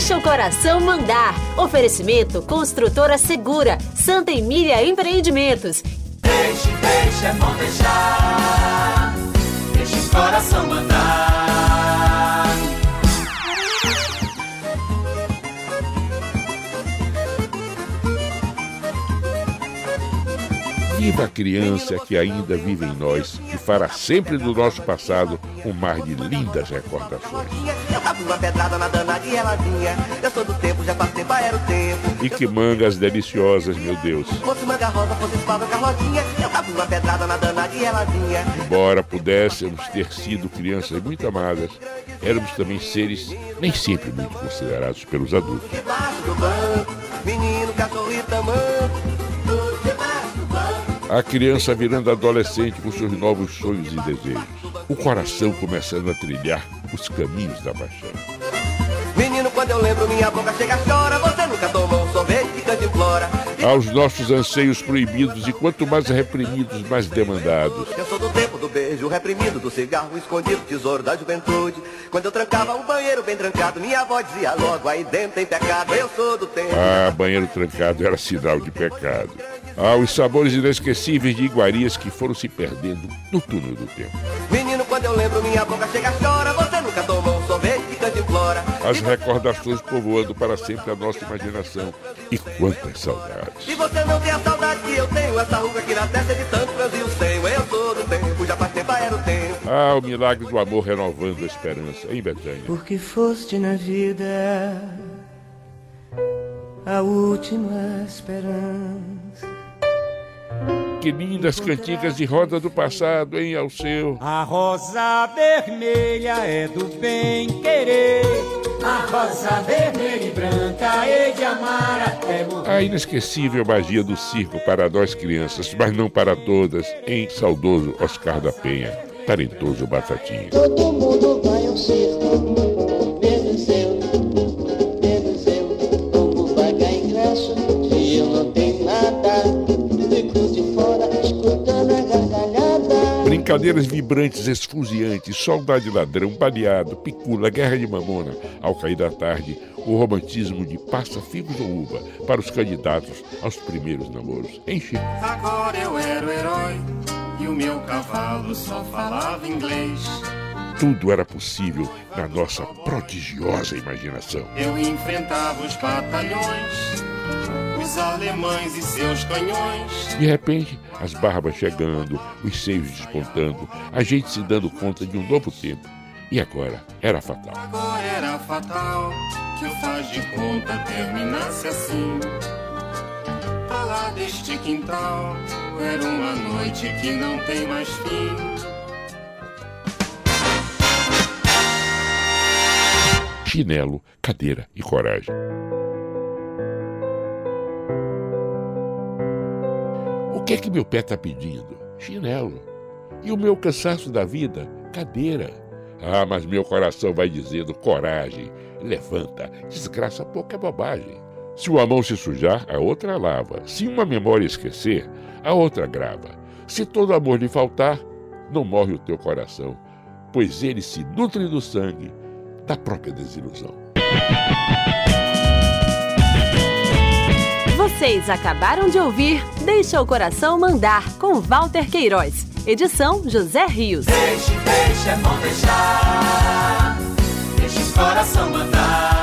Deixa o coração mandar. Oferecimento Construtora Segura, Santa Emília Empreendimentos. Deixe, é bom deixar. Deixa o coração mandar. Viva a criança que ainda vive em nós e fará sempre do nosso passado um mar de lindas recordações. Eu cabo uma pedrada na danada e ela vinha. Eu sou do tempo, já faz tempo, era o tempo. E que mangas deliciosas, meu Deus. Fosse manga rosa, fosse espalda, carrotinha. Eu cabo uma pedrada na danada e ela vinha. Embora pudéssemos ter sido crianças muito amadas, éramos também seres nem sempre muito considerados pelos adultos. Debaixo do banco, menino, cachorro e tamanco. A criança virando adolescente com seus novos sonhos e desejos. O coração começando a trilhar os caminhos da paixão. Menino, quando eu lembro, minha boca chega a chora. Você nunca tomou um sorvete de cantimplora. Aos nossos anseios proibidos e quanto mais reprimidos, mais demandados. Eu sou do tempo do beijo reprimido, do cigarro escondido, tesouro da juventude. Quando eu trancava um banheiro bem trancado, minha avó dizia logo, aí dentro tem pecado. Eu sou do tempo. Ah, banheiro trancado era sinal de pecado. Ah, os sabores inesquecíveis de iguarias que foram se perdendo no túnel do tempo. Menino, quando eu lembro, minha boca chega a chora. Você nunca tomou um sorvete de cantimplora. As recordações povoando para sempre a nossa imaginação. E quantas saudades. E você não tem a saudade que eu tenho. Essa ruga aqui na testa de tanto Brasil sem. Eu sou do tempo, já faz tempo, era o tempo. Ah, o milagre do amor renovando a esperança em Betânia. Porque foste na vida a última esperança. Que lindas cantigas de roda do passado, hein, Alceu? A rosa vermelha é do bem querer. A rosa vermelha e branca é de amar até morrer. A inesquecível magia do circo para nós crianças, mas não para todas, em saudoso Oscar da Penha, talentoso Batatinha. Todo mundo vai ao circo, menos eu, como pagar ingresso, se eu não tenho nada, fico de fora escutando a gargalhada. Brincadeiras vibrantes, esfuziantes, soldado ladrão, baleado, picula, guerra de mamona. Ao cair da tarde, o romantismo de passa, figos ou uva para os candidatos aos primeiros namoros. Enche. Agora eu era o herói e o meu cavalo só falava inglês. Tudo era possível na nossa prodigiosa imaginação. Eu enfrentava os batalhões, os alemães e seus canhões. De repente, as barbas chegando, os seios despontando, a gente se dando conta de um novo tempo. E agora era fatal. Agora era fatal que o faz de conta terminasse assim. Pra lá deste quintal era uma noite que não tem mais fim. Chinelo, cadeira e coragem. O que é que meu pé está pedindo? Chinelo. E o meu cansaço da vida? Cadeira. Ah, mas meu coração vai dizendo coragem. Levanta. Desgraça pouco é bobagem. Se uma mão se sujar, a outra lava. Se uma memória esquecer, a outra grava. Se todo amor lhe faltar, não morre o teu coração, pois ele se nutre do sangue da própria desilusão. Vocês acabaram de ouvir Deixa o Coração Mandar, com Walter Queiroz. Edição José Rios. Deixe, é bom deixar. Deixa o coração mandar.